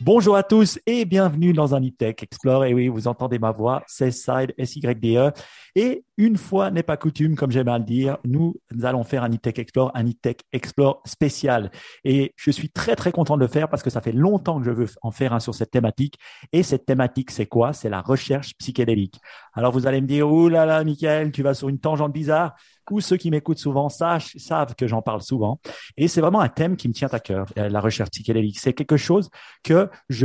Bonjour à tous et bienvenue dans un e-tech Explore. Et oui, vous entendez ma voix, c'est Side, S-Y-D-E. Et une fois n'est pas coutume, comme j'aime à le dire, nous allons faire un e-tech Explore, un e-tech Explore spécial. Et je suis très, très content de le faire parce que ça fait longtemps que je veux en faire un sur cette thématique. Et cette thématique, c'est quoi? C'est la recherche psychédélique. Alors, vous allez me dire, ouh là là, Michael, tu vas sur une tangente bizarre. Ou ceux qui m'écoutent souvent savent que j'en parle souvent. Et c'est vraiment un thème qui me tient à cœur, la recherche psychédélique. C'est quelque chose que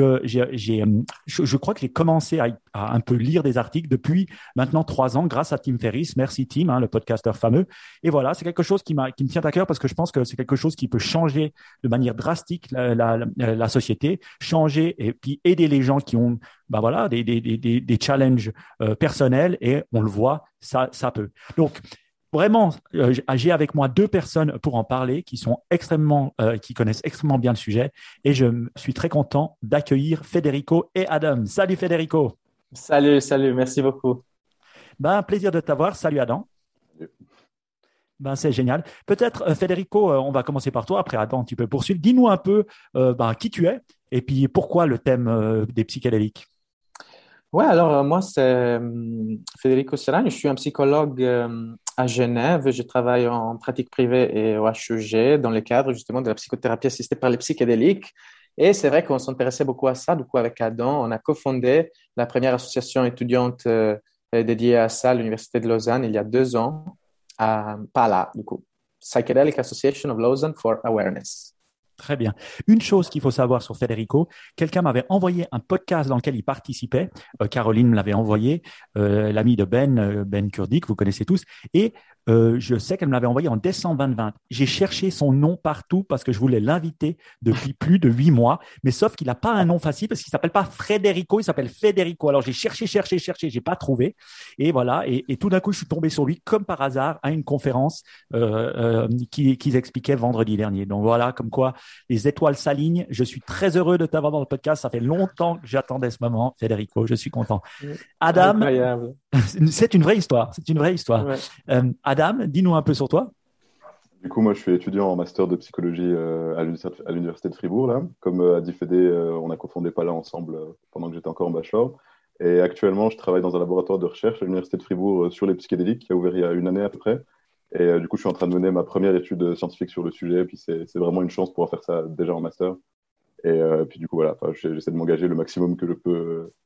je crois que j'ai commencé à un peu lire des articles depuis maintenant 3 ans grâce à Tim Ferriss. Merci Tim, hein, le podcasteur fameux. Et voilà, c'est quelque chose qui me tient à cœur parce que je pense que c'est quelque chose qui peut changer de manière drastique la société, changer et puis aider les gens qui ont voilà, des challenges personnels et on le voit, ça peut. Donc, vraiment, j'ai avec moi deux personnes pour en parler qui connaissent extrêmement bien le sujet et je suis très content d'accueillir Federico et Adam. Salut Federico. Salut, salut, merci beaucoup. Ben, plaisir de t'avoir. Salut Adam. Ben, c'est génial. Peut-être, Federico, on va commencer par toi. Après, Adam, tu peux poursuivre. Dis-nous un peu qui tu es et puis pourquoi le thème des psychédéliques. Ouais, alors moi, c'est Federico Serrano. Je suis un psychologue à Genève. Je travaille en pratique privée et au HEG dans le cadre justement de la psychothérapie assistée par les psychédéliques. Et c'est vrai qu'on s'intéressait beaucoup à ça. Du coup, avec Adam, on a cofondé la première association étudiante dédiée à ça à l'Université de Lausanne il y a 2 ans, à PALA, du coup, Psychedelic Association of Lausanne for Awareness. Très bien. Une chose qu'il faut savoir sur Federico, quelqu'un m'avait envoyé un podcast dans lequel il participait. Caroline me l'avait envoyé, l'ami de Ben Kurdik, vous connaissez tous. Et je sais qu'elle me l'avait envoyé en décembre 2020. J'ai cherché son nom partout parce que je voulais l'inviter depuis plus de 8 mois. Mais sauf qu'il n'a pas un nom facile parce qu'il s'appelle pas Federico, il s'appelle Federico. Alors j'ai cherché, j'ai pas trouvé. Et voilà. Et tout d'un coup, je suis tombé sur lui comme par hasard à une conférence qu'ils expliquaient vendredi dernier. Donc voilà, comme quoi les étoiles s'alignent. Je suis très heureux de t'avoir dans le podcast. Ça fait longtemps que j'attendais ce moment, Federico. Je suis content. Adam, Incroyable. c'est une vraie histoire. C'est une vraie histoire. Ouais. Adam, dis-nous un peu sur toi. Du coup, moi, je suis étudiant en master de psychologie à l'université de Fribourg, là. Comme a dit Fédé, on a cofondé Pala ensemble pendant que j'étais encore en bachelor. Et actuellement, je travaille dans un laboratoire de recherche à l'université de Fribourg sur les psychédéliques, qui a ouvert il y a une année à peu près. Et du coup, je suis en train de mener ma première étude scientifique sur le sujet. Et puis, c'est vraiment une chance de pouvoir faire ça déjà en master. Et puis, du coup, voilà, j'essaie de m'engager le maximum que je peux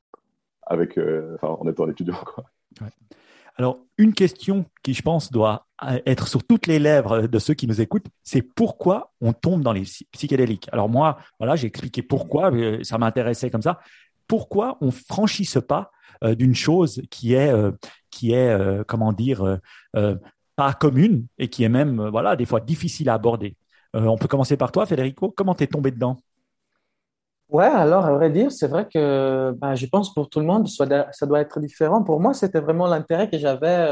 en étant étudiant, quoi. Ouais. Alors, une question qui, je pense, doit être sur toutes les lèvres de ceux qui nous écoutent, c'est pourquoi on tombe dans les psychédéliques. Alors moi, voilà, j'ai expliqué pourquoi, ça m'intéressait comme ça. Pourquoi on franchit ce pas d'une chose qui est, comment dire, pas commune et qui est même, voilà, des fois difficile à aborder. On peut commencer par toi, Federico. Comment t'es tombé dedans? Ouais, alors à vrai dire, c'est vrai que je pense pour tout le monde, ça doit être différent. Pour moi, c'était vraiment l'intérêt que j'avais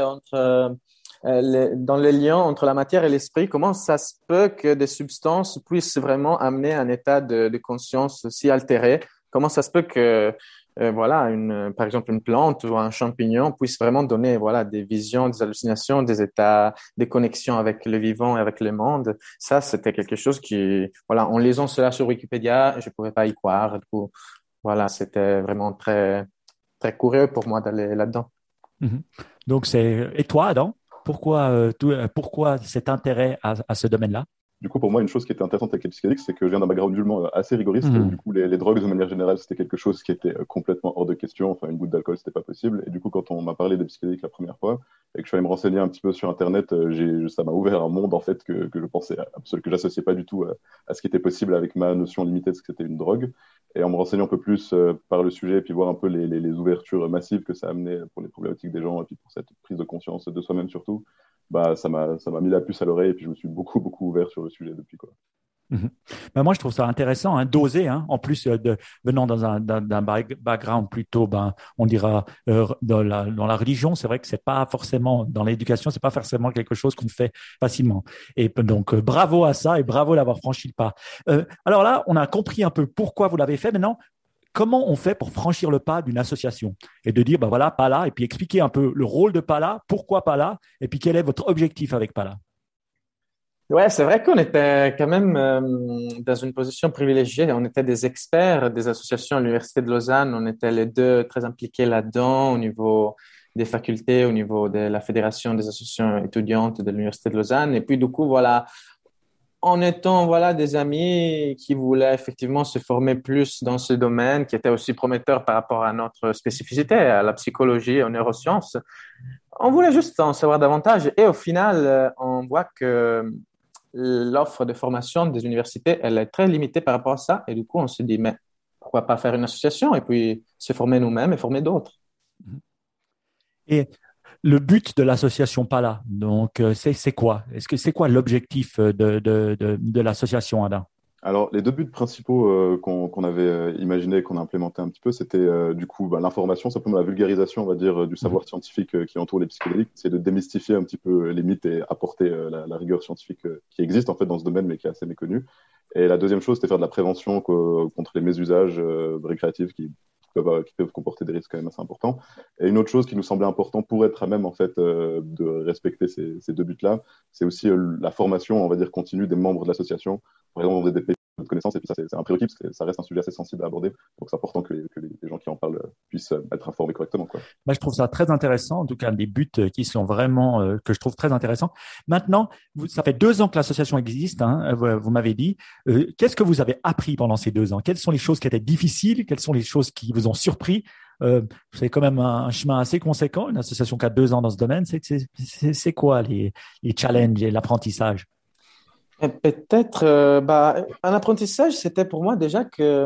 dans le lien entre la matière et l'esprit. Comment ça se peut que des substances puissent vraiment amener un état de conscience si altéré? Comment ça se peut que voilà, par exemple, une plante ou un champignon puisse vraiment donner voilà, des visions, des hallucinations, des états, des connexions avec le vivant et avec le monde. Ça, c'était quelque chose qui, voilà, en lisant cela sur Wikipédia, je ne pouvais pas y croire. Du coup, voilà, c'était vraiment très, très curieux pour moi d'aller là-dedans. Mhm. Donc, et toi, Adam, pourquoi cet intérêt à ce domaine-là? Du coup, pour moi, une chose qui était intéressante avec les psychédéliques, c'est que je viens d'un background musulman assez rigoriste. Et Mhm. du coup, les drogues, de manière générale, c'était quelque chose qui était complètement hors de question. Enfin, une goutte d'alcool, c'était pas possible. Et du coup, quand on m'a parlé des psychédéliques la première fois et que je suis allé me renseigner un petit peu sur Internet, ça m'a ouvert un monde, en fait, que je pensais absolument, que j'associais pas du tout à ce qui était possible avec ma notion limitée de ce que c'était une drogue. Et en me renseignant un peu plus par le sujet, et puis voir un peu les ouvertures massives que ça amenait pour les problématiques des gens, et puis pour cette prise de conscience de soi-même surtout, ça m'a mis la puce à l'oreille, et puis je me suis beaucoup, beaucoup ouvert sur le sujet depuis, quoi. Mhm. Ben moi, je trouve ça intéressant, hein, d'oser, hein, en plus venant d'un background plutôt, on dira, dans la religion, c'est vrai que c'est pas forcément, dans l'éducation, c'est pas forcément quelque chose qu'on fait facilement. Et donc, bravo à ça et bravo d'avoir franchi le pas. Alors là, on a compris un peu pourquoi vous l'avez fait. Maintenant, comment on fait pour franchir le pas d'une association et de dire, ben voilà, Pala, et puis expliquer un peu le rôle de Pala, pourquoi Pala, et puis quel est votre objectif avec Pala? Ouais, c'est vrai qu'on était quand même dans une position privilégiée. On était des experts des associations à l'Université de Lausanne. On était les deux très impliqués là-dedans au niveau des facultés, au niveau de la Fédération des associations étudiantes de l'Université de Lausanne. Et puis, du coup, voilà, en étant voilà des amis qui voulaient effectivement se former plus dans ce domaine, qui était aussi prometteur par rapport à notre spécificité, à la psychologie et aux neurosciences, on voulait juste en savoir davantage. Et au final, on voit que l'offre de formation des universités, elle est très limitée par rapport à ça. Et du coup, on se dit, mais pourquoi pas faire une association et puis se former nous-mêmes et former d'autres? Et le but de l'association PALA, donc, c'est quoi? Est-ce que c'est quoi l'objectif de l'association, Adam? Alors, les deux buts principaux qu'on avait imaginé et qu'on a implémenté un petit peu, c'était du coup l'information, simplement la vulgarisation, on va dire, du Mhm. savoir scientifique qui entoure les psychédéliques. C'est de démystifier un petit peu les mythes et apporter la rigueur scientifique qui existe en fait dans ce domaine, mais qui est assez méconnue. Et la deuxième chose, c'était faire de la prévention contre les mésusages récréatifs qui peuvent comporter des risques quand même assez importants. Et une autre chose qui nous semblait important pour être à même en fait de respecter ces deux buts-là, c'est aussi la formation, on va dire, continue des membres de l'association. Par exemple, on a des pays de connaissances, et puis ça, c'est un prérequis, parce que ça reste un sujet assez sensible à aborder. Donc, c'est important que les gens qui en parlent puissent être informés correctement, quoi. Moi, je trouve ça très intéressant, en tout cas des buts qui sont vraiment, que je trouve très intéressants. Maintenant, ça fait 2 ans que l'association existe, hein, vous m'avez dit. Qu'est-ce que vous avez appris pendant ces 2 ans? Quelles sont les choses qui étaient difficiles? Quelles sont les choses qui vous ont surpris? C'est quand même un chemin assez conséquent, une association qui a 2 ans dans ce domaine. C'est quoi les challenges et l'apprentissage? Et peut-être, un apprentissage, c'était pour moi déjà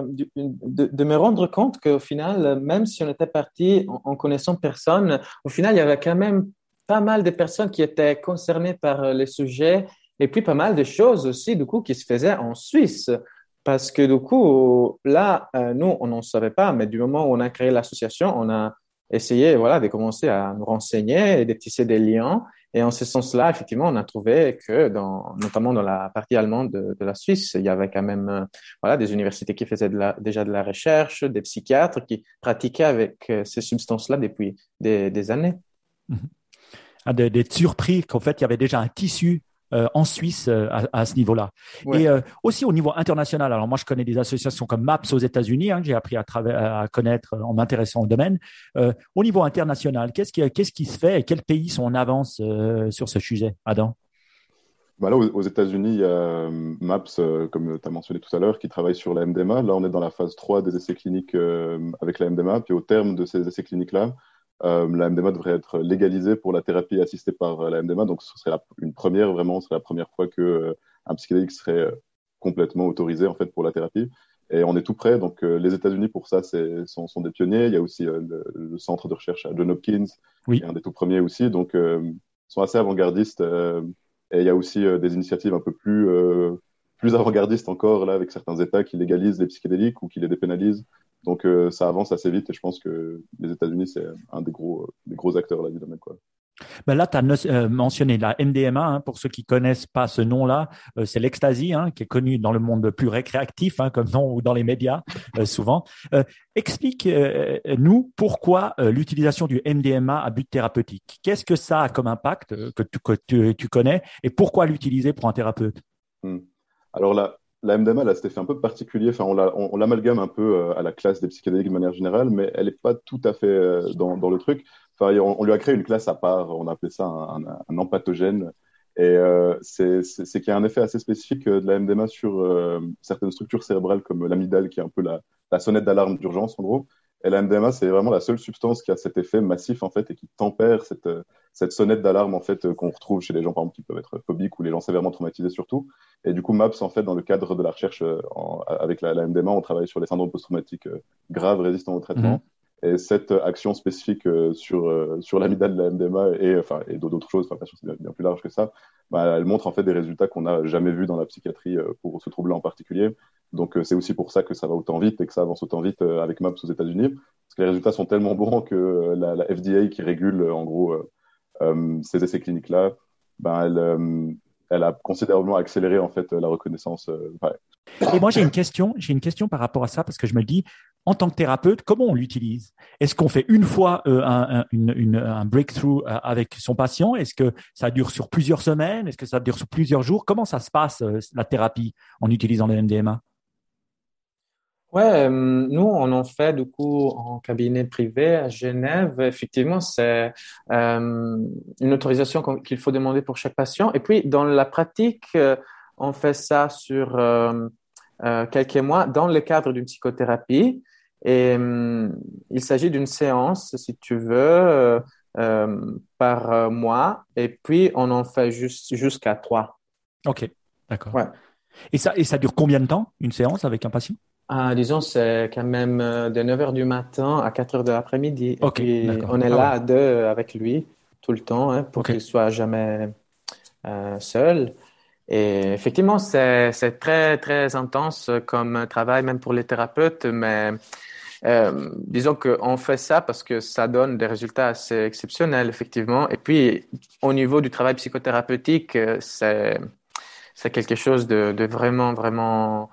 de me rendre compte qu'au final, même si on était parti en connaissant personne, au final, il y avait quand même pas mal de personnes qui étaient concernées par les sujets et puis pas mal de choses aussi, du coup, qui se faisaient en Suisse. Parce que du coup, là, nous, on n'en savait pas, mais du moment où on a créé l'association, on a essayé, voilà, de commencer à nous renseigner et de tisser des liens. Et en ce sens-là, effectivement, on a trouvé que notamment dans la partie allemande de la Suisse, il y avait quand même, voilà, des universités qui faisaient déjà de la recherche, des psychiatres qui pratiquaient avec ces substances-là depuis des années. D'être surpris qu'en fait, il y avait déjà un tissu en Suisse à ce niveau-là. Ouais. Et aussi au niveau international. Alors moi, je connais des associations comme MAPS aux États-Unis, hein, que j'ai appris à connaître en m'intéressant au domaine. Au niveau international, qu'est-ce qui se fait et quels pays sont en avance sur ce sujet, Adam? Bah là, aux États-Unis, il y a MAPS, comme tu as mentionné tout à l'heure, qui travaille sur la MDMA. Là, on est dans la phase 3 des essais cliniques avec la MDMA. Puis au terme de ces essais cliniques-là, la MDMA devrait être légalisée pour la thérapie assistée par la MDMA. Donc, ce serait une première, vraiment, ce serait la première fois que un psychédélique serait complètement autorisé en fait pour la thérapie. Et on est tout près. Donc, les États-Unis pour ça sont des pionniers. Il y a aussi le centre de recherche à Johns Hopkins, qui Oui. est un des tout premiers aussi. Donc, ils sont assez avant-gardistes. Et il y a aussi des initiatives un peu plus avant-gardistes encore là avec certains États qui légalisent les psychédéliques ou qui les dépénalisent. Donc, ça avance assez vite et je pense que les États-Unis, c'est un des gros acteurs là, du domaine, quoi. Ben là, tu as mentionné la MDMA, hein, pour ceux qui connaissent pas ce nom-là, c'est l'ecstasy, hein, qui est connu dans le monde plus récréatif, hein, comme nom ou dans les médias souvent. Explique-nous pourquoi l'utilisation du MDMA à but thérapeutique. Qu'est-ce que ça a comme impact que tu connais et pourquoi l'utiliser pour un thérapeute? Hmm. Alors, la MDMA, elle a cet effet un peu particulier. Enfin, on l'amalgame un peu à la classe des psychédéliques de manière générale, mais elle n'est pas tout à fait dans le truc. Enfin, on lui a créé une classe à part. On a appelé ça un empathogène. Et c'est qu'il y a un effet assez spécifique de la MDMA sur certaines structures cérébrales comme l'amygdale, qui est un peu la sonnette d'alarme d'urgence, en gros. Et la MDMA, c'est vraiment la seule substance qui a cet effet massif, en fait, et qui tempère cette sonnette d'alarme, en fait, qu'on retrouve chez les gens, par exemple, qui peuvent être phobiques ou les gens sévèrement traumatisés, surtout. Et du coup, MAPS, en fait, dans le cadre de la recherche avec la MDMA, on travaille sur les syndromes post-traumatiques graves résistants au Mhm. traitement. Et cette action spécifique sur l'amygdale de la MDMA et d'autres choses, enfin, bien sûr, c'est bien plus large que ça, bah, elle montre en fait des résultats qu'on n'a jamais vus dans la psychiatrie pour ce trouble-là en particulier. Donc, c'est aussi pour ça que ça va autant vite et que ça avance autant vite avec MAPS aux États-Unis. Parce que les résultats sont tellement bons que la FDA qui régule en gros ces essais cliniques-là, ben, elle a considérablement accéléré en fait la reconnaissance. Et moi, j'ai une question par rapport à ça parce que je me dis, en tant que thérapeute, comment on l'utilise? Est-ce qu'on fait une fois un breakthrough avec son patient? Est-ce que ça dure sur plusieurs semaines? Est-ce que ça dure sur plusieurs jours? Comment ça se passe, la thérapie, en utilisant le MDMA? Ouais, nous, on en fait du coup en cabinet privé à Genève. Effectivement, c'est une autorisation qu'il faut demander pour chaque patient. Et puis, dans la pratique, on fait ça sur quelques mois dans le cadre d'une psychothérapie. Et il s'agit d'une séance, si tu veux, par mois. Et puis, on en fait jusqu'à 3. Ok, d'accord. Ouais. Et ça dure combien de temps, une séance avec un patient? Disons, c'est quand même de 9 heures du matin à 4 heures de l'après-midi. Et Ok, puis, d'accord. on est Ah là ouais, à deux avec lui tout le temps, hein, pour ok. qu'il soit jamais seul. Et effectivement, c'est très, très intense comme travail, même pour les thérapeutes. Mais disons qu'on fait ça parce que ça donne des résultats assez exceptionnels, effectivement. Et puis, au niveau du travail psychothérapeutique, c'est quelque chose de vraiment, vraiment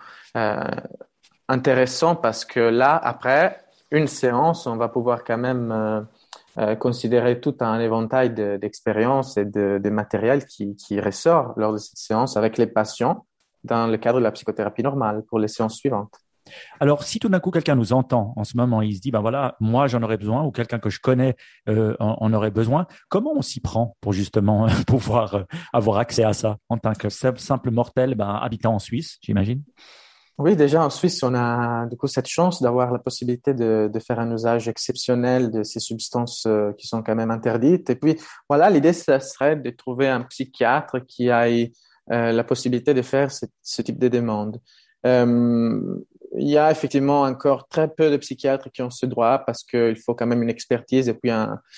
intéressant parce que là, après une séance, on va pouvoir quand même considérer tout un éventail d'expériences et de matériel qui ressort lors de cette séance avec les patients dans le cadre de la psychothérapie normale pour les séances suivantes. Alors, si tout d'un coup quelqu'un nous entend en ce moment, il se dit, ben voilà, moi j'en aurais besoin, ou quelqu'un que je connais en aurait besoin, comment on s'y prend pour justement pouvoir avoir accès à ça en tant que simple mortel, ben, habitant en Suisse, j'imagine? Oui, déjà en Suisse, on a du coup cette chance d'avoir la possibilité de faire un usage exceptionnel de ces substances qui sont quand même interdites. Et puis voilà, l'idée, ça serait de trouver un psychiatre qui ait la possibilité de faire ce type de demande. Euh, il y a effectivement encore très peu de psychiatres qui ont ce droit parce qu'il faut quand même une expertise et puis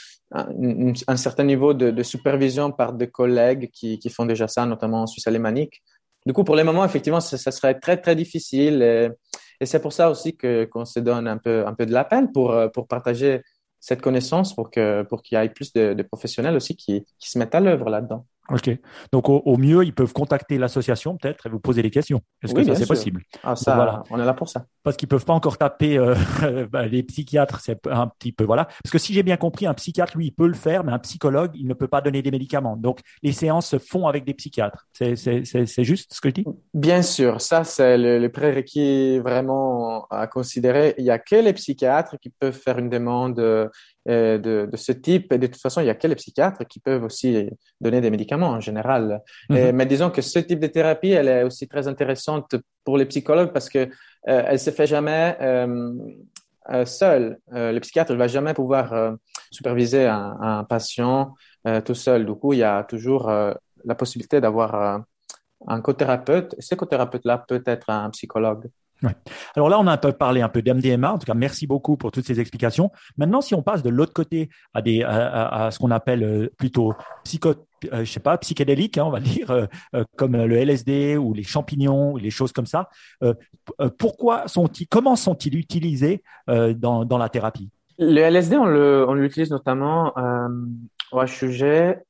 un certain niveau de supervision par des collègues qui font déjà ça, notamment en Suisse alémanique. Du coup, pour le moment, effectivement, ça serait très, très difficile. Et c'est pour ça aussi qu'on se donne un peu de la peine pour partager cette connaissance, pour qu'il y ait plus de professionnels aussi qui se mettent à l'œuvre là-dedans. Ok. Donc, au mieux, ils peuvent contacter l'association peut-être et vous poser des questions. Est-ce que Oui, ça, bien c'est sûr. possible? Ah, Bon, voilà. ça, on est là pour ça. Parce qu'ils peuvent pas encore taper bah, les psychiatres, c'est un petit peu voilà. Parce que si j'ai bien compris, un psychiatre lui il peut le faire, mais un psychologue il ne peut pas donner des médicaments. Donc les séances se font avec des psychiatres. C'est juste ce que je dis? Bien sûr, ça, c'est le prérequis vraiment à considérer. Il y a que les psychiatres qui peuvent faire une demande de ce type. Et de toute façon, il y a que les psychiatres qui peuvent aussi donner des médicaments en général. Mhm. Mais disons que ce type de thérapie, elle est aussi très intéressante pour les psychologues parce que elle se fait jamais seule. Le psychiatre ne va jamais pouvoir superviser un patient tout seul. Du coup, il y a toujours la possibilité d'avoir un cothérapeute. Ce cothérapeute-là peut être un psychologue. Ouais. Alors là, on a un peu parlé un peu d'MDMA. En tout cas, merci beaucoup pour toutes ces explications. Maintenant, si on passe de l'autre côté à ce qu'on appelle plutôt je sais pas, psychédélique, hein, on va dire, comme le LSD ou les champignons ou les choses comme ça. Comment sont-ils utilisés dans la thérapie? Le LSD, on l'utilise notamment au HUG.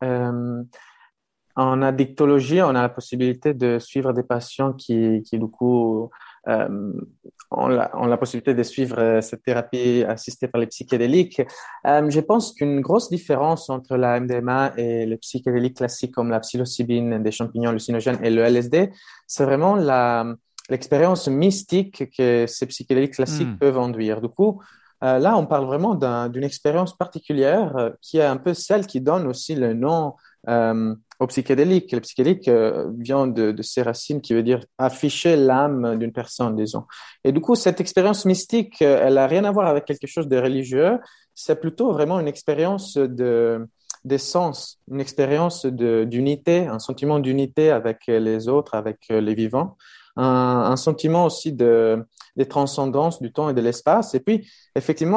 En addictologie, on a la possibilité de suivre des patients qui du coup, euh, ont la possibilité de suivre cette thérapie assistée par les psychédéliques. Je pense qu'une grosse différence entre la MDMA et les psychédéliques classiques comme la psilocybine des champignons hallucinogènes et le LSD, c'est vraiment l'expérience mystique que ces psychédéliques classiques Hmm. peuvent induire. Du coup, là, on parle vraiment d'une expérience particulière qui est un peu celle qui donne aussi le nom au psychédélique. Le psychédélique vient de ces racines qui veut dire afficher l'âme d'une personne, disons. Et du coup, cette expérience mystique, elle a rien à voir avec quelque chose de religieux. C'est plutôt vraiment une expérience d'essence, une expérience d'unité, un sentiment d'unité avec les autres, avec les vivants, un sentiment aussi de transcendance du temps et de l'espace. Et puis, effectivement,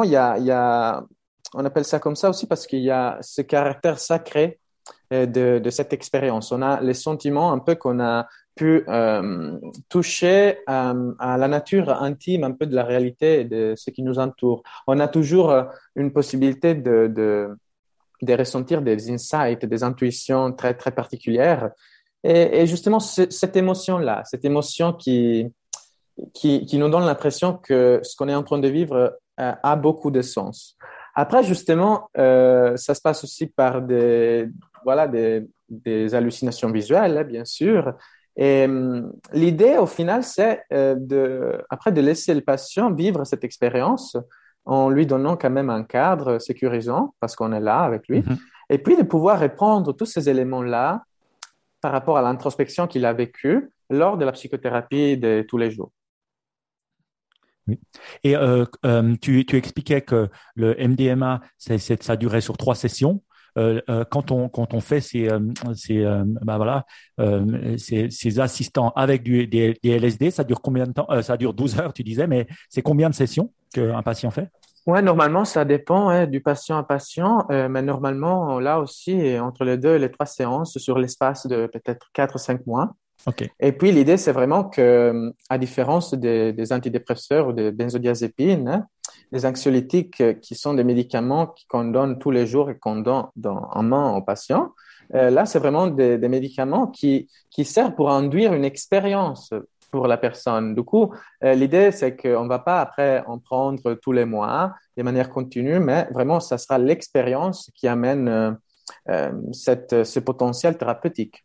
on appelle ça comme ça aussi parce qu'il y a ce caractère sacré de cette expérience. On a les sentiments un peu qu'on a pu toucher à la nature intime un peu de la réalité et de ce qui nous entoure. On a toujours une possibilité de ressentir des insights, des intuitions très, très particulières. Et justement, cette émotion-là, cette émotion qui nous donne l'impression que ce qu'on est en train de vivre a beaucoup de sens. Après, justement, ça se passe aussi par voilà, des hallucinations visuelles, hein, bien sûr. Et l'idée, au final, c'est après de laisser le patient vivre cette expérience en lui donnant quand même un cadre sécurisant, parce qu'on est là avec lui, Mhm. et puis de pouvoir répondre tous ces éléments-là par rapport à l'introspection qu'il a vécue lors de la psychothérapie de tous les jours. Oui. Et tu expliquais que le MDMA, ça durait sur 3 sessions. Quand on fait bah voilà, ces assistants avec des LSD, ça dure combien de temps? Ça dure 12 heures, tu disais, mais c'est combien de sessions qu'un patient fait? Ouais, normalement, ça dépend hein, du patient à patient, mais normalement, là aussi, entre les 2 et les 3 séances sur l'espace de peut-être 4 ou 5 mois. OK. Et puis, l'idée, c'est vraiment que, à différence des antidépresseurs ou des benzodiazépines, hein, les anxiolytiques qui sont des médicaments qu'on donne tous les jours et qu'on donne en main aux patients, là, c'est vraiment des médicaments qui servent pour induire une expérience pour la personne. Du coup, l'idée, c'est qu'on ne va pas après en prendre tous les mois de manière continue, mais vraiment, ça sera l'expérience qui amène ce potentiel thérapeutique.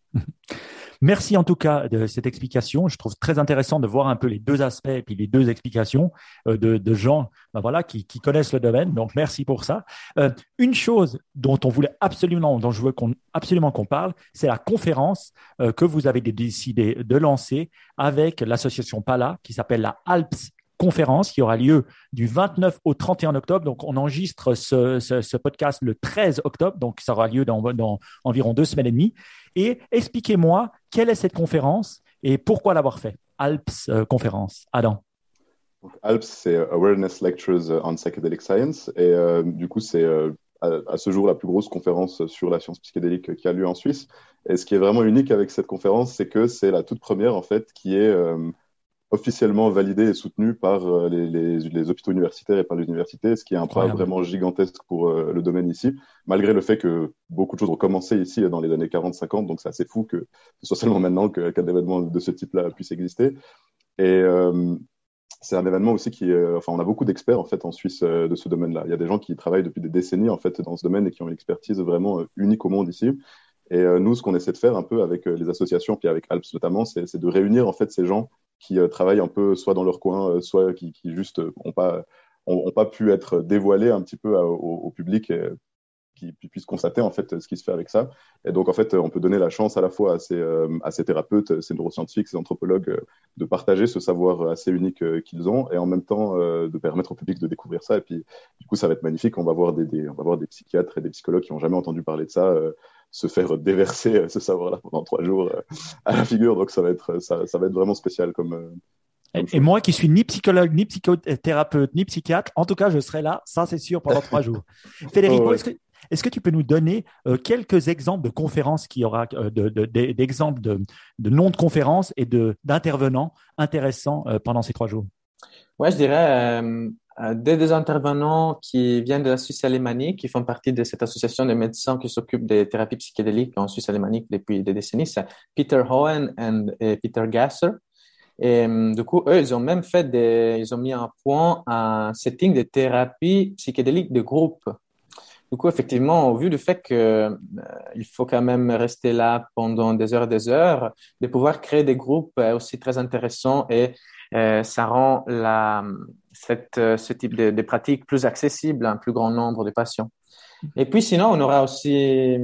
Merci en tout cas de cette explication. Je trouve très intéressant de voir un peu les deux aspects et puis les deux explications de gens ben voilà, qui connaissent le domaine. Donc, merci pour ça. Une chose dont on voulait absolument, dont je veux absolument qu'on parle, c'est la conférence que vous avez décidé de lancer avec l'association PALA qui s'appelle la ALPS conférence qui aura lieu du 29 au 31 octobre. Donc, on enregistre ce podcast le 13 octobre. Donc, ça aura lieu dans environ 2 semaines et demie. Et expliquez-moi, quelle est cette conférence et pourquoi l'avoir fait? ALPS conférence. Adam. ALPS, c'est Awareness Lectures on Psychedelic Science. Et du coup, c'est à ce jour la plus grosse conférence sur la science psychédélique qui a lieu en Suisse. Et ce qui est vraiment unique avec cette conférence, c'est que c'est la toute première, en fait, qui est officiellement validée et soutenue par les hôpitaux universitaires et par les universités, ce qui est un pas Incroyable. vraiment gigantesque pour le domaine ici, malgré le fait que beaucoup de choses ont commencé ici dans les années 40-50, donc c'est assez fou que ce soit seulement maintenant qu'un événement de ce type-là puisse exister. Et c'est un événement aussi enfin, on a beaucoup d'experts en fait en Suisse de ce domaine-là. Il y a des gens qui travaillent depuis des décennies en fait dans ce domaine et qui ont une expertise vraiment unique au monde ici. Et nous, ce qu'on essaie de faire un peu avec les associations, puis avec ALPS notamment, c'est de réunir en fait ces gens qui travaillent un peu soit dans leur coin, soit qui juste ont pas pu être dévoilés un petit peu au public. Qui puissent constater en fait ce qui se fait avec ça. Et donc en fait, on peut donner la chance à la fois à ces thérapeutes, ces neuroscientifiques, ces anthropologues de partager ce savoir assez unique qu'ils ont et en même temps de permettre au public de découvrir ça. Et puis du coup, ça va être magnifique. On va voir on va voir des psychiatres et des psychologues qui n'ont jamais entendu parler de ça se faire déverser ce savoir-là pendant 3 jours à la figure. Donc ça va être vraiment spécial comme Et moi qui suis ni psychologue, ni psychothérapeute, ni psychiatre, en tout cas, je serai là, ça c'est sûr, pendant 3 jours. Federico, Oh, ouais. est-ce que tu peux nous donner quelques exemples de conférences qu'il y aura, d'exemples de noms de conférences et d'intervenants intéressants pendant ces 3 jours? Ouais, je dirais des intervenants qui viennent de la Suisse alémanique, qui font partie de cette association de médecins qui s'occupe des thérapies psychédéliques en Suisse alémanique depuis des décennies. C'est Peter Hohen et Peter Gasser. Et du coup, eux, ils ont mis en point un setting de thérapie psychédélique de groupe. Du coup, effectivement, au vu du fait que il faut quand même rester là pendant des heures, de pouvoir créer des groupes est aussi très intéressant et ça rend ce type de pratique plus accessible à un plus grand nombre de patients. Et puis sinon, on aura aussi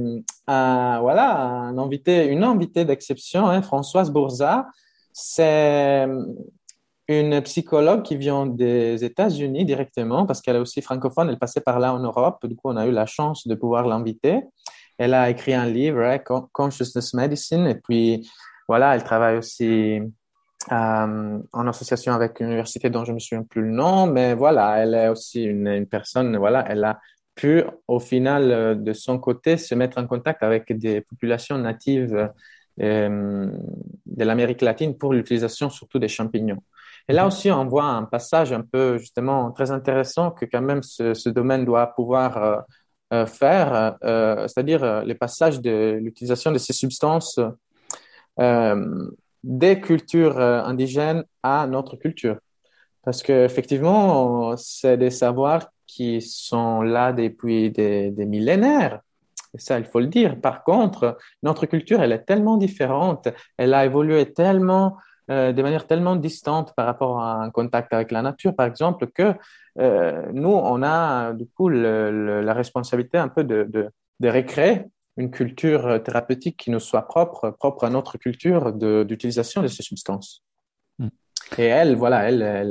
une invitée d'exception, hein, Françoise Bourza. C'est une psychologue qui vient des États-Unis directement parce qu'elle est aussi francophone. Elle passait par là en Europe. Du coup, on a eu la chance de pouvoir l'inviter. Elle a écrit un livre, hein, Consciousness Medicine. Et puis, voilà, elle travaille aussi en association avec une université dont je ne me souviens plus le nom. Mais voilà, elle est aussi une personne, voilà, elle a pu, au final, de son côté, se mettre en contact avec des populations natives de l'Amérique latine pour l'utilisation surtout des champignons. Et là aussi, on voit un passage un peu justement très intéressant que quand même ce domaine doit pouvoir faire, c'est-à-dire le passage de l'utilisation de ces substances des cultures indigènes à notre culture. Parce que effectivement, c'est des savoirs qui sont là depuis des millénaires. Et ça, il faut le dire. Par contre, notre culture, elle est tellement différente, elle a évolué tellement, de manière tellement distante par rapport à un contact avec la nature, par exemple, que nous, on a du coup la responsabilité un peu de recréer une culture thérapeutique qui nous soit propre à notre culture d'utilisation de ces substances. Mm. Et elle, voilà,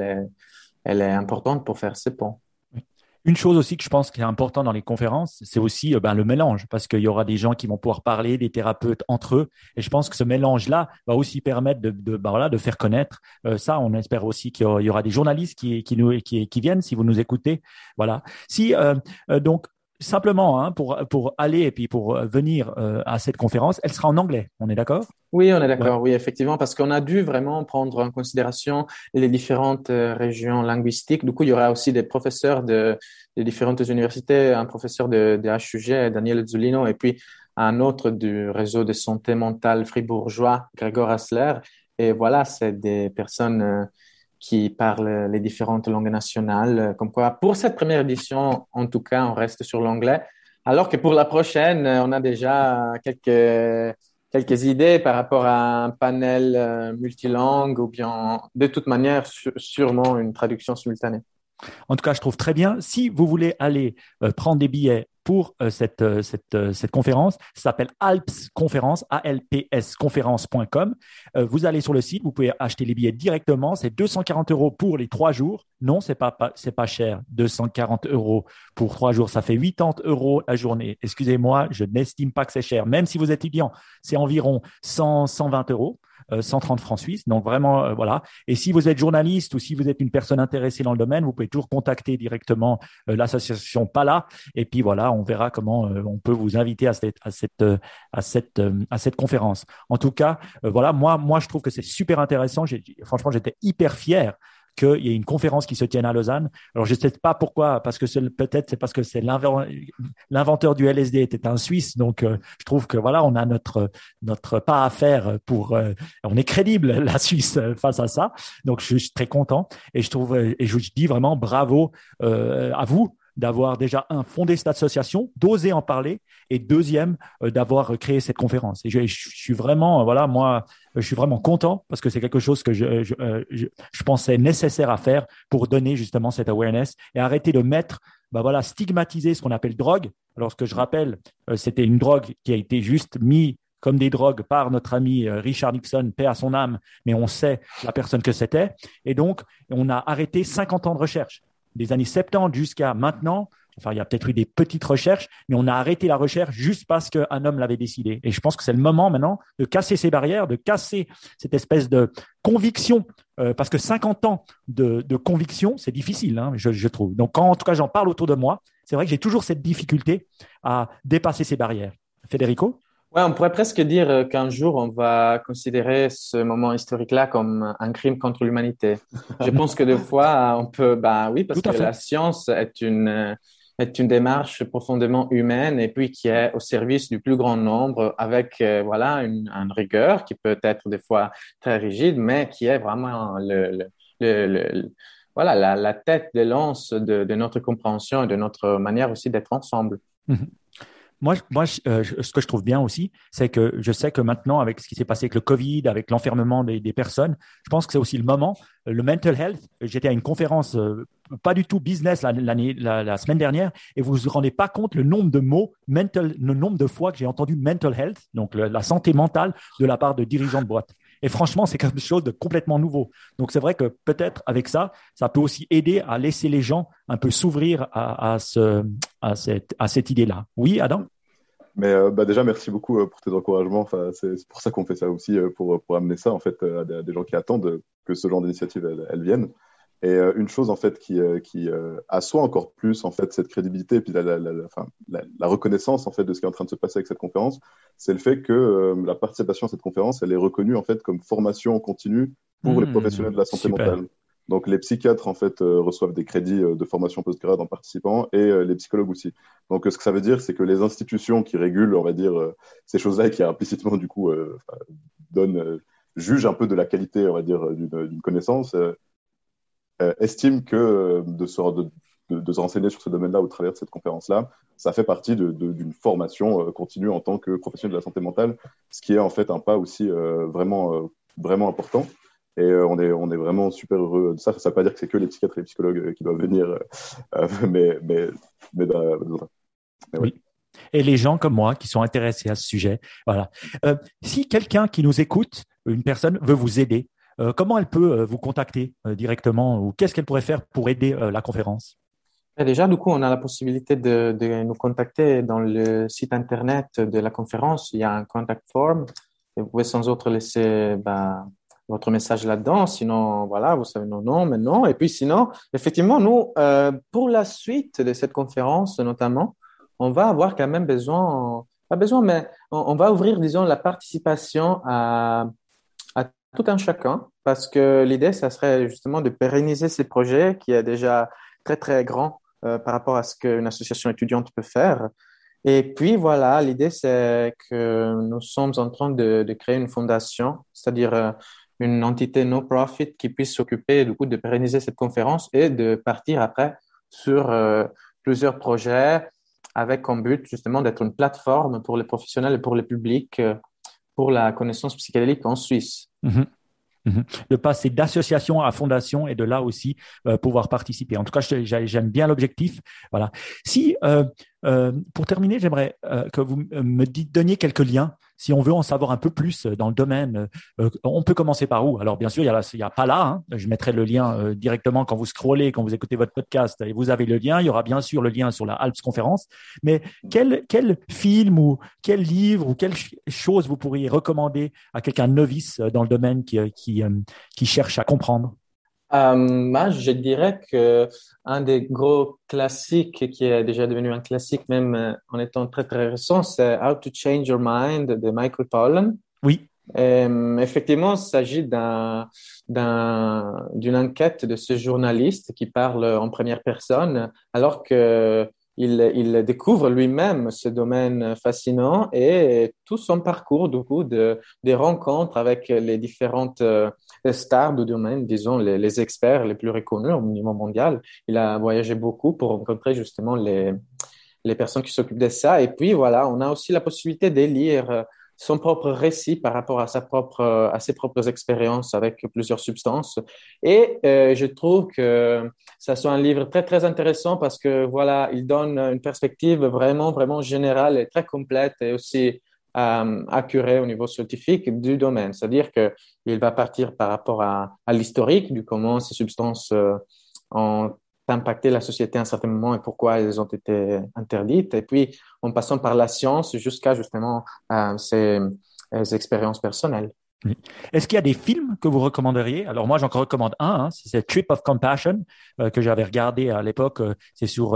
elle est importante pour faire ces ponts. Une chose aussi que je pense qui est important dans les conférences, c'est aussi le mélange, parce qu'il y aura des gens qui vont pouvoir parler, des thérapeutes entre eux, et je pense que ce mélange-là va aussi permettre de faire connaître ça. On espère aussi qu'il y aura des journalistes qui viennent, si vous nous écoutez. Voilà. Si donc simplement pour aller et puis pour venir à cette conférence, elle sera en anglais. On est d'accord? Oui, on est Ouais. d'accord, oui, effectivement, parce qu'on a dû vraiment prendre en considération les différentes régions linguistiques. Du coup, il y aura aussi des professeurs de différentes universités, un professeur de HUG, Daniel Zulino, et puis un autre du réseau de santé mentale fribourgeois, Gregor Hasler. Et voilà, c'est des personnes qui parlent les différentes langues nationales. Comme quoi, pour cette première édition, en tout cas, on reste sur l'anglais. Alors que pour la prochaine, on a déjà quelques idées par rapport à un panel multilingue ou bien de toute manière sûrement une traduction simultanée. En tout cas, je trouve très bien. Si vous voulez aller prendre des billets pour cette conférence, ça s'appelle Alps Conférence, ALPS conférence.com. Vous allez sur le site, vous pouvez acheter les billets directement. C'est 240 € pour les 3 jours. Non, c'est pas cher. 240 € pour 3 jours, ça fait 80 € la journée. Excusez-moi, je n'estime pas que c'est cher. Même si vous êtes étudiant, c'est environ 120 €. 130 francs suisses. Donc vraiment, voilà. Et si vous êtes journaliste ou si vous êtes une personne intéressée dans le domaine, vous pouvez toujours contacter directement l'association PALA. Et puis voilà, on verra comment on peut vous inviter à cette conférence. En tout cas, voilà, moi, je trouve que c'est super intéressant. Franchement, j'étais hyper fier qu'il y ait une conférence qui se tienne à Lausanne. Alors, je ne sais pas pourquoi, parce que peut-être c'est parce que c'est l'inventeur du LSD était un Suisse. Donc, je trouve que voilà, on a notre pas à faire on est crédible, la Suisse, face à ça. Donc, je suis très content et je dis vraiment bravo à vous d'avoir déjà fondé cette association, d'oser en parler, et deuxième, d'avoir créé cette conférence. Et je suis vraiment, voilà, moi, je suis vraiment content parce que c'est quelque chose que je pensais nécessaire à faire pour donner justement cette awareness et arrêter de stigmatiser ce qu'on appelle drogue. Alors, ce que je rappelle, c'était une drogue qui a été juste mise comme des drogues par notre ami Richard Nixon, paix à son âme, mais on sait la personne que c'était. Et donc, on a arrêté 50 ans de recherche. Des années 70 jusqu'à maintenant, enfin, il y a peut-être eu des petites recherches, mais on a arrêté la recherche juste parce qu'un homme l'avait décidé. Et je pense que c'est le moment maintenant de casser ces barrières, de casser cette espèce de conviction, parce que 50 ans de conviction, c'est difficile, hein, je trouve. Donc, en tout cas, j'en parle autour de moi, c'est vrai que j'ai toujours cette difficulté à dépasser ces barrières. Federico? Ouais, on pourrait presque dire qu'un jour, on va considérer ce moment historique-là comme un crime contre l'humanité. Je pense que des fois, on peut, bah oui, parce Tout que à fait. la science est une démarche profondément humaine et puis qui est au service du plus grand nombre avec, voilà, une rigueur qui peut être des fois très rigide, mais qui est vraiment voilà, la tête de lance de notre compréhension et de notre manière aussi d'être ensemble. Ce que je trouve bien aussi, c'est que je sais que maintenant, avec ce qui s'est passé avec le Covid, avec l'enfermement des personnes, je pense que c'est aussi le moment. Le mental health, j'étais à une conférence pas du tout business la semaine dernière, et vous vous rendez pas compte le nombre de mots, le nombre de fois que j'ai entendu mental health, donc la santé mentale, de la part de dirigeants de boîtes. Et franchement, c'est quelque chose de complètement nouveau. Donc, c'est vrai que peut-être avec ça, ça peut aussi aider à laisser les gens un peu s'ouvrir à cette idée-là. Oui, Adam? Mais déjà, merci beaucoup pour tes encouragements. Enfin, c'est pour ça qu'on fait ça aussi, pour amener ça en fait à des gens qui attendent que ce genre d'initiative elle vienne. Et une chose en fait qui assoit encore plus en fait cette crédibilité et puis la reconnaissance en fait de ce qui est en train de se passer avec cette conférence, c'est le fait que la participation à cette conférence, elle est reconnue en fait comme formation continue pour les professionnels de la santé Super. mentale. Donc les psychiatres en fait reçoivent des crédits de formation postgrad en participant et les psychologues aussi. Donc ce que ça veut dire, c'est que les institutions qui régulent, on va dire, ces choses-là et qui implicitement du coup donnent juge un peu de la qualité, on va dire, d'une connaissance, estime que de se renseigner sur ce domaine-là au travers de cette conférence-là, ça fait partie d'une formation continue en tant que professionnel de la santé mentale, ce qui est en fait un pas aussi vraiment important. Et on est vraiment super heureux de ça. Ça ne veut pas dire que c'est que les psychiatres et les psychologues qui doivent venir, mais ouais. Oui. Et les gens comme moi qui sont intéressés à ce sujet. Voilà. Si quelqu'un qui nous écoute, une personne veut vous aider, comment elle peut vous contacter directement ou qu'est-ce qu'elle pourrait faire pour aider la conférence? Et déjà, du coup, on a la possibilité de nous contacter dans le site internet de la conférence. Il y a un contact form et vous pouvez sans autre laisser votre message là-dedans. Sinon, voilà, vous savez nos noms maintenant. Et puis sinon, effectivement, nous, pour la suite de cette conférence notamment, on va avoir quand même besoin, pas besoin, mais on va ouvrir, disons, la participation à tout un chacun parce que l'idée, ça serait justement de pérenniser ces projets qui est déjà très, très grand par rapport à ce qu'une association étudiante peut faire. Et puis voilà, l'idée c'est que nous sommes en train de créer une fondation, c'est-à-dire une entité no-profit qui puisse s'occuper du coup de pérenniser cette conférence et de partir après sur plusieurs projets avec comme but justement d'être une plateforme pour les professionnels et pour le public pour la connaissance psychédélique en Suisse. Mm-hmm. De passer d'association à fondation et de là aussi pouvoir participer. En tout cas, j'aime bien l'objectif. Voilà. Si, pour terminer, j'aimerais que vous me donniez quelques liens. Si on veut en savoir un peu plus dans le domaine, on peut commencer par où? Alors, bien sûr, il y a Pala. Hein. Je mettrai le lien directement quand vous scrollez, quand vous écoutez votre podcast, et vous avez le lien. Il y aura bien sûr le lien sur la Alps conférence. Mais quel film ou quel livre ou quelle chose vous pourriez recommander à quelqu'un novice dans le domaine qui cherche à comprendre? Moi, je dirais que un des gros classiques qui est déjà devenu un classique même en étant très très récent, c'est How to Change Your Mind de Michael Pollan. Oui. Effectivement, il s'agit d'une enquête de ce journaliste qui parle en première personne, alors que il découvre lui-même ce domaine fascinant et tout son parcours, du coup, des rencontres avec les différentes stars du domaine, disons, les experts les plus reconnus au niveau mondial. Il a voyagé beaucoup pour rencontrer justement les personnes qui s'occupent de ça. Et puis, voilà, on a aussi la possibilité de lire son propre récit par rapport à ses propres expériences avec plusieurs substances. Et je trouve que ça soit un livre très, très intéressant parce que, voilà, il donne une perspective vraiment, vraiment générale et très complète et aussi accurée au niveau scientifique du domaine. C'est-à-dire qu'il va partir par rapport à l'historique du comment ces substances ont impacté la société à un certain moment et pourquoi elles ont été interdites. Et puis, en passant par la science jusqu'à justement ces expériences personnelles. Oui. Est-ce qu'il y a des films que vous recommanderiez? Alors moi, j'en recommande un, hein, c'est Trip of Compassion que j'avais regardé à l'époque. C'est sur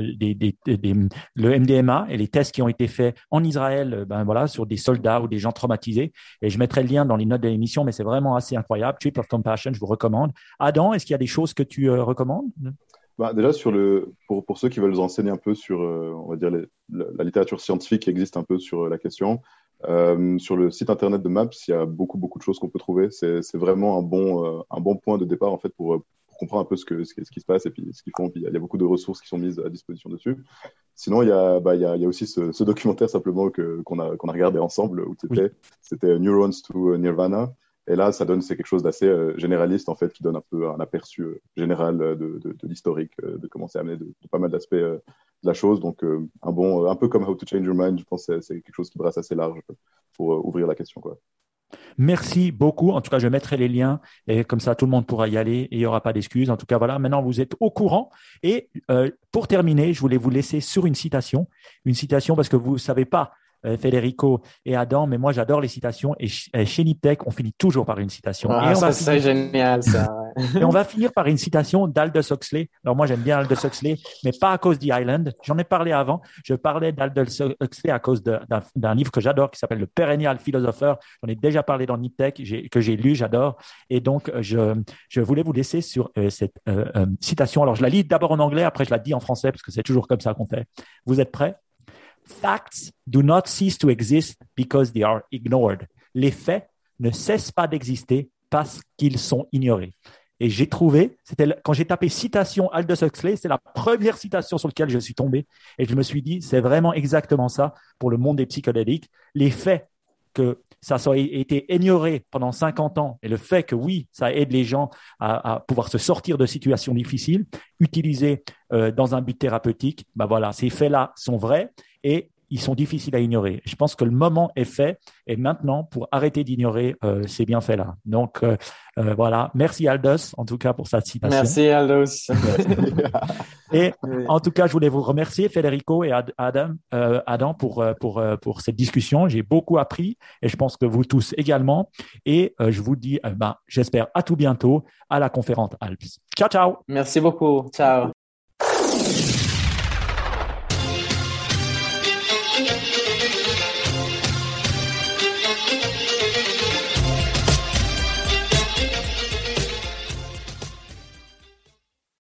le MDMA et les tests qui ont été faits en Israël, voilà, sur des soldats ou des gens traumatisés. Et je mettrai le lien dans les notes de l'émission, mais c'est vraiment assez incroyable. Trip of Compassion, je vous recommande. Adam, est-ce qu'il y a des choses que tu recommandes? Déjà, pour ceux qui veulent se renseigner un peu sur, on va dire, la littérature scientifique qui existe un peu sur la question, sur le site internet de MAPS, il y a beaucoup, beaucoup de choses qu'on peut trouver. C'est vraiment un bon point de départ, en fait, pour comprendre un peu ce qui se passe et puis ce qu'ils font. Puis il y a beaucoup de ressources qui sont mises à disposition dessus. Sinon, il y a aussi ce documentaire simplement qu'on a regardé ensemble, où c'était Neurons to Nirvana. Et là, c'est quelque chose d'assez généraliste, en fait, qui donne un peu un aperçu général de l'historique, de comment c'est amené, de pas mal d'aspects de la chose. Donc, un peu comme How to Change Your Mind, je pense que c'est quelque chose qui brasse assez large pour ouvrir la question, quoi. Merci beaucoup. En tout cas, je mettrai les liens et comme ça, tout le monde pourra y aller et il n'y aura pas d'excuses. En tout cas, voilà, maintenant, vous êtes au courant. Et pour terminer, je voulais vous laisser sur une citation parce que vous ne savez pas, Federico et Adam, mais moi j'adore les citations et chez Niptech, on finit toujours par une citation. Ah, c'est génial ça. Ouais. Et on va finir par une citation d'Aldous Huxley. Alors moi j'aime bien Aldous Huxley, mais pas à cause d'E Island. J'en ai parlé avant. Je parlais d'Aldous Huxley à cause d'un livre que j'adore qui s'appelle Le Perennial Philosopher. J'en ai déjà parlé dans Niptech, que j'ai lu, j'adore. Et donc je voulais vous laisser sur cette citation. Alors je la lis d'abord en anglais, après je la dis en français parce que c'est toujours comme ça qu'on fait. Vous êtes prêts? Facts do not cease to exist because they are ignored. Les faits ne cessent pas d'exister parce qu'ils sont ignorés. Et j'ai trouvé, quand j'ai tapé citation Aldous Huxley, c'est la première citation sur laquelle je suis tombé. Et je me suis dit, c'est vraiment exactement ça pour le monde des psychédéliques. Les faits que ça soit été ignoré pendant 50 ans et le fait que oui, ça aide les gens à pouvoir se sortir de situations difficiles, utilisées dans un but thérapeutique, ben voilà, ces faits-là sont vrais et ils sont difficiles à ignorer. Je pense que le moment est fait et maintenant, pour arrêter d'ignorer ces bienfaits-là. Donc, voilà. Merci Aldous, en tout cas, pour cette citation. Merci Aldous. Et en tout cas, je voulais vous remercier, Federico et Adam, pour cette discussion. J'ai beaucoup appris et je pense que vous tous également. Et je vous dis, j'espère à tout bientôt à la conférence Alps. Ciao, ciao. Merci beaucoup. Ciao.